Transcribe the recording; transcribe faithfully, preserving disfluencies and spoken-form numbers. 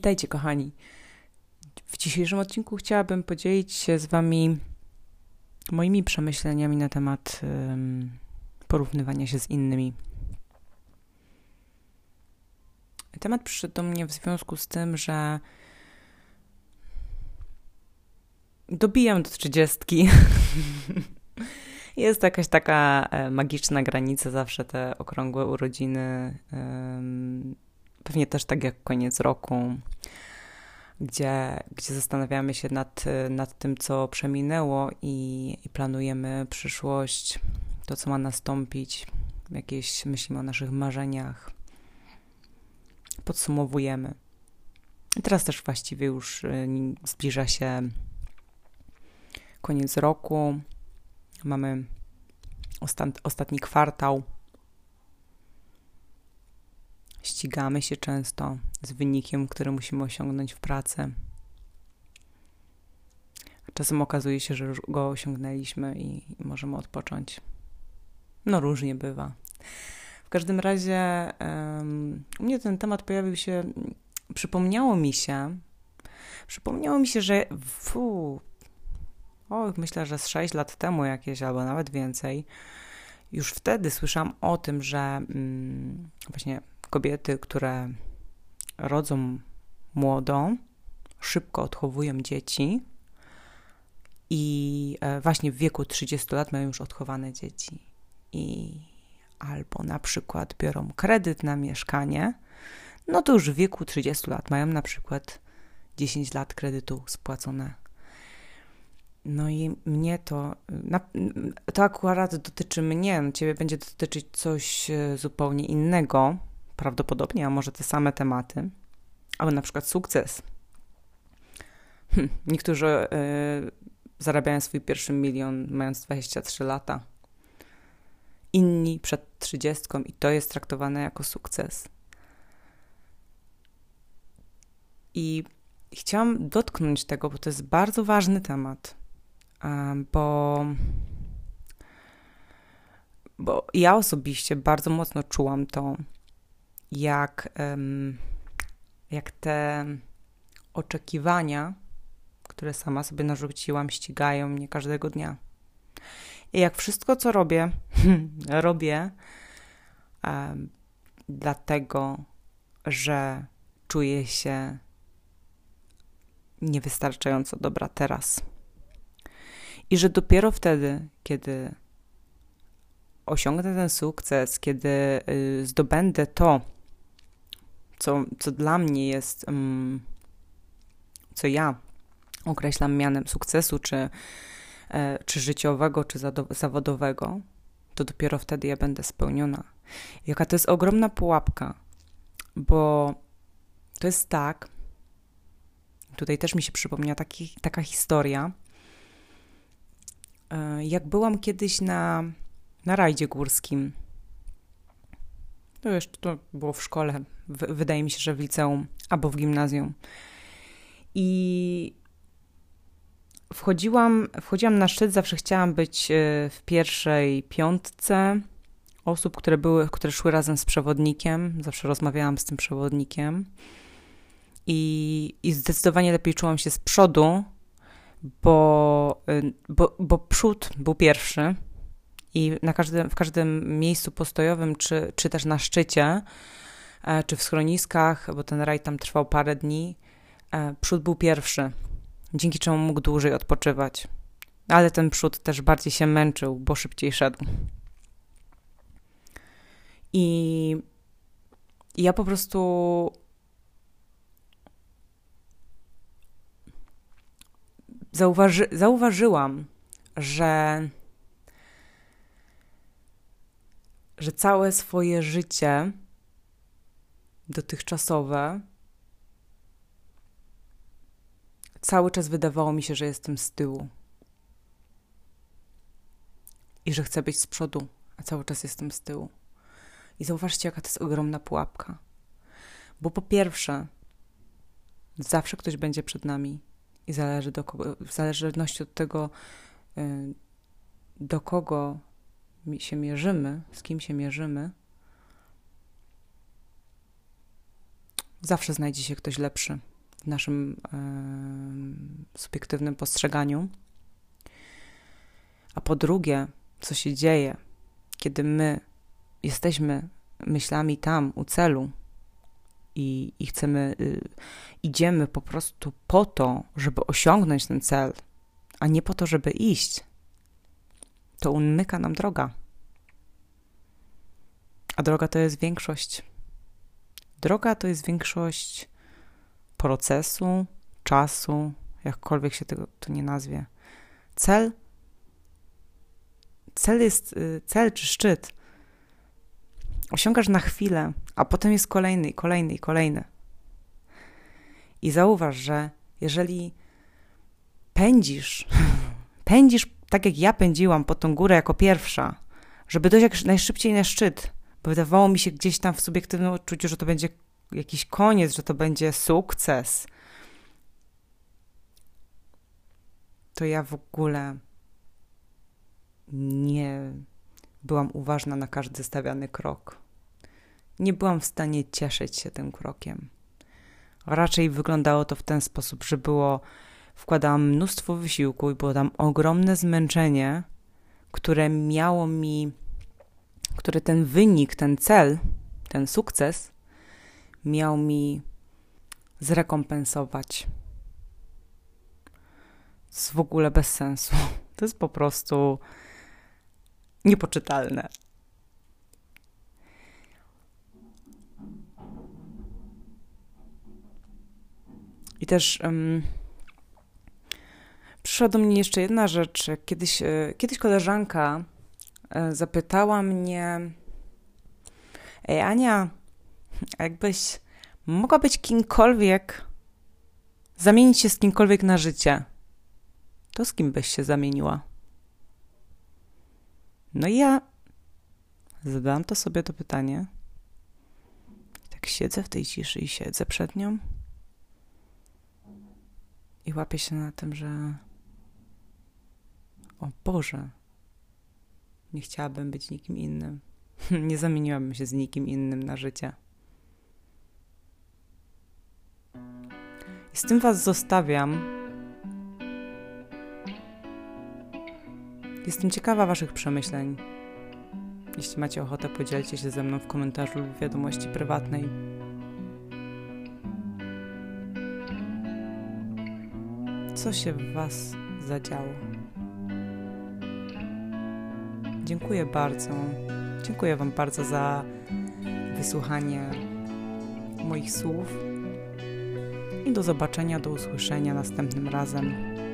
Witajcie, kochani. W dzisiejszym odcinku chciałabym podzielić się z Wami moimi przemyśleniami na temat um, porównywania się z innymi. Temat przyszedł do mnie w związku z tym, że dobijam do trzydziestki. Jest jakaś taka magiczna granica, zawsze te okrągłe urodziny, um, pewnie też tak jak koniec roku, gdzie, gdzie zastanawiamy się nad, nad tym, co przeminęło i, i planujemy przyszłość, to, co ma nastąpić, jakieś myślimy o naszych marzeniach, podsumowujemy. I teraz też właściwie już zbliża się koniec roku, mamy ostat, ostatni kwartał, ścigamy się często z wynikiem, który musimy osiągnąć w pracy. A czasem okazuje się, że już go osiągnęliśmy i, i możemy odpocząć. No różnie bywa. W każdym razie um, u mnie ten temat pojawił się, przypomniało mi się, przypomniało mi się, że fu, o, myślę, że z sześć lat temu jakieś, albo nawet więcej, już wtedy słyszałam o tym, że mm, właśnie kobiety, które rodzą młodo, szybko odchowują dzieci i właśnie w wieku trzydziestu lat mają już odchowane dzieci. I albo na przykład biorą kredyt na mieszkanie, no to już w wieku trzydziestu lat mają na przykład dziesięć lat kredytu spłacone. No i mnie to, to akurat dotyczy mnie, no ciebie będzie dotyczyć coś zupełnie innego, prawdopodobnie, a może te same tematy, albo na przykład sukces. Hm, niektórzy y, zarabiają swój pierwszy milion mając dwadzieścia trzy lata. Inni przed trzydziestką i to jest traktowane jako sukces. I chciałam dotknąć tego, bo to jest bardzo ważny temat, y, bo, bo ja osobiście bardzo mocno czułam to, jak, um, jak te oczekiwania, które sama sobie narzuciłam, ścigają mnie każdego dnia. I jak wszystko, co robię, robię um, dlatego, że czuję się niewystarczająco dobra teraz. I że dopiero wtedy, kiedy osiągnę ten sukces, kiedy y, zdobędę to, Co, co dla mnie jest, um, co ja określam mianem sukcesu, czy, e, czy życiowego, czy zado- zawodowego, to dopiero wtedy ja będę spełniona. Jaka to jest ogromna pułapka, bo to jest tak, tutaj też mi się przypomniała taki, taka historia, e, jak byłam kiedyś na, na rajdzie górskim. To jeszcze to było w szkole, w, wydaje mi się, że w liceum albo w gimnazjum. I wchodziłam, wchodziłam na szczyt, zawsze chciałam być w pierwszej piątce osób, które były, które szły razem z przewodnikiem. Zawsze rozmawiałam z tym przewodnikiem. I, i zdecydowanie lepiej czułam się z przodu, bo, bo, bo przód był pierwszy. I na każdym, w każdym miejscu postojowym, czy, czy też na szczycie, e, czy w schroniskach, bo ten rajd tam trwał parę dni, e, przód był pierwszy, dzięki czemu mógł dłużej odpoczywać. Ale ten przód też bardziej się męczył, bo szybciej szedł. I, i ja po prostu zauważy, zauważyłam, że że całe swoje życie dotychczasowe cały czas wydawało mi się, że jestem z tyłu i że chcę być z przodu, a cały czas jestem z tyłu. I zauważcie, jaka to jest ogromna pułapka. Bo po pierwsze, zawsze ktoś będzie przed nami i zależy do kogo, w zależności od tego, do kogo się mierzymy, z kim się mierzymy, zawsze znajdzie się ktoś lepszy. w naszym yy, subiektywnym postrzeganiu. A po drugie, co się dzieje, kiedy my jesteśmy myślami tam, u celu i, i chcemy, y, idziemy po prostu po to, żeby osiągnąć ten cel, a nie po to, żeby iść, to umyka nam droga. A droga to jest większość. Droga to jest większość procesu, czasu, jakkolwiek się tego to nie nazwie. Cel, cel jest, y, cel czy szczyt osiągasz na chwilę, a potem jest kolejny, i kolejny, i kolejny. I zauważ, że jeżeli pędzisz, pędzisz tak jak ja pędziłam po tą górę jako pierwsza, żeby dojść jak najszybciej na szczyt, bo wydawało mi się gdzieś tam w subiektywnym odczuciu, że to będzie jakiś koniec, że to będzie sukces, to ja w ogóle nie byłam uważna na każdy stawiany krok. Nie byłam w stanie cieszyć się tym krokiem. Raczej wyglądało to w ten sposób, że było, wkładałam mnóstwo wysiłku i było tam ogromne zmęczenie, które miało mi, który ten wynik, ten cel, ten sukces miał mi zrekompensować. To jest w ogóle bez sensu. To jest po prostu niepoczytalne. I też um, przyszła do mnie jeszcze jedna rzecz. Kiedyś, kiedyś koleżanka zapytała mnie: Ej, Ania, jakbyś mogła być kimkolwiek, zamienić się z kimkolwiek na życie, to z kim byś się zamieniła? No i ja zadałam to sobie to pytanie. Tak siedzę w tej ciszy i siedzę przed nią i łapię się na tym, że o Boże, nie chciałabym być nikim innym. Nie zamieniłabym się z nikim innym na życie. I z tym was zostawiam. Jestem ciekawa waszych przemyśleń. Jeśli macie ochotę, podzielcie się ze mną w komentarzu lub wiadomości prywatnej. Co się w was zadziało? Dziękuję bardzo. Dziękuję wam bardzo za wysłuchanie moich słów i do zobaczenia, do usłyszenia następnym razem.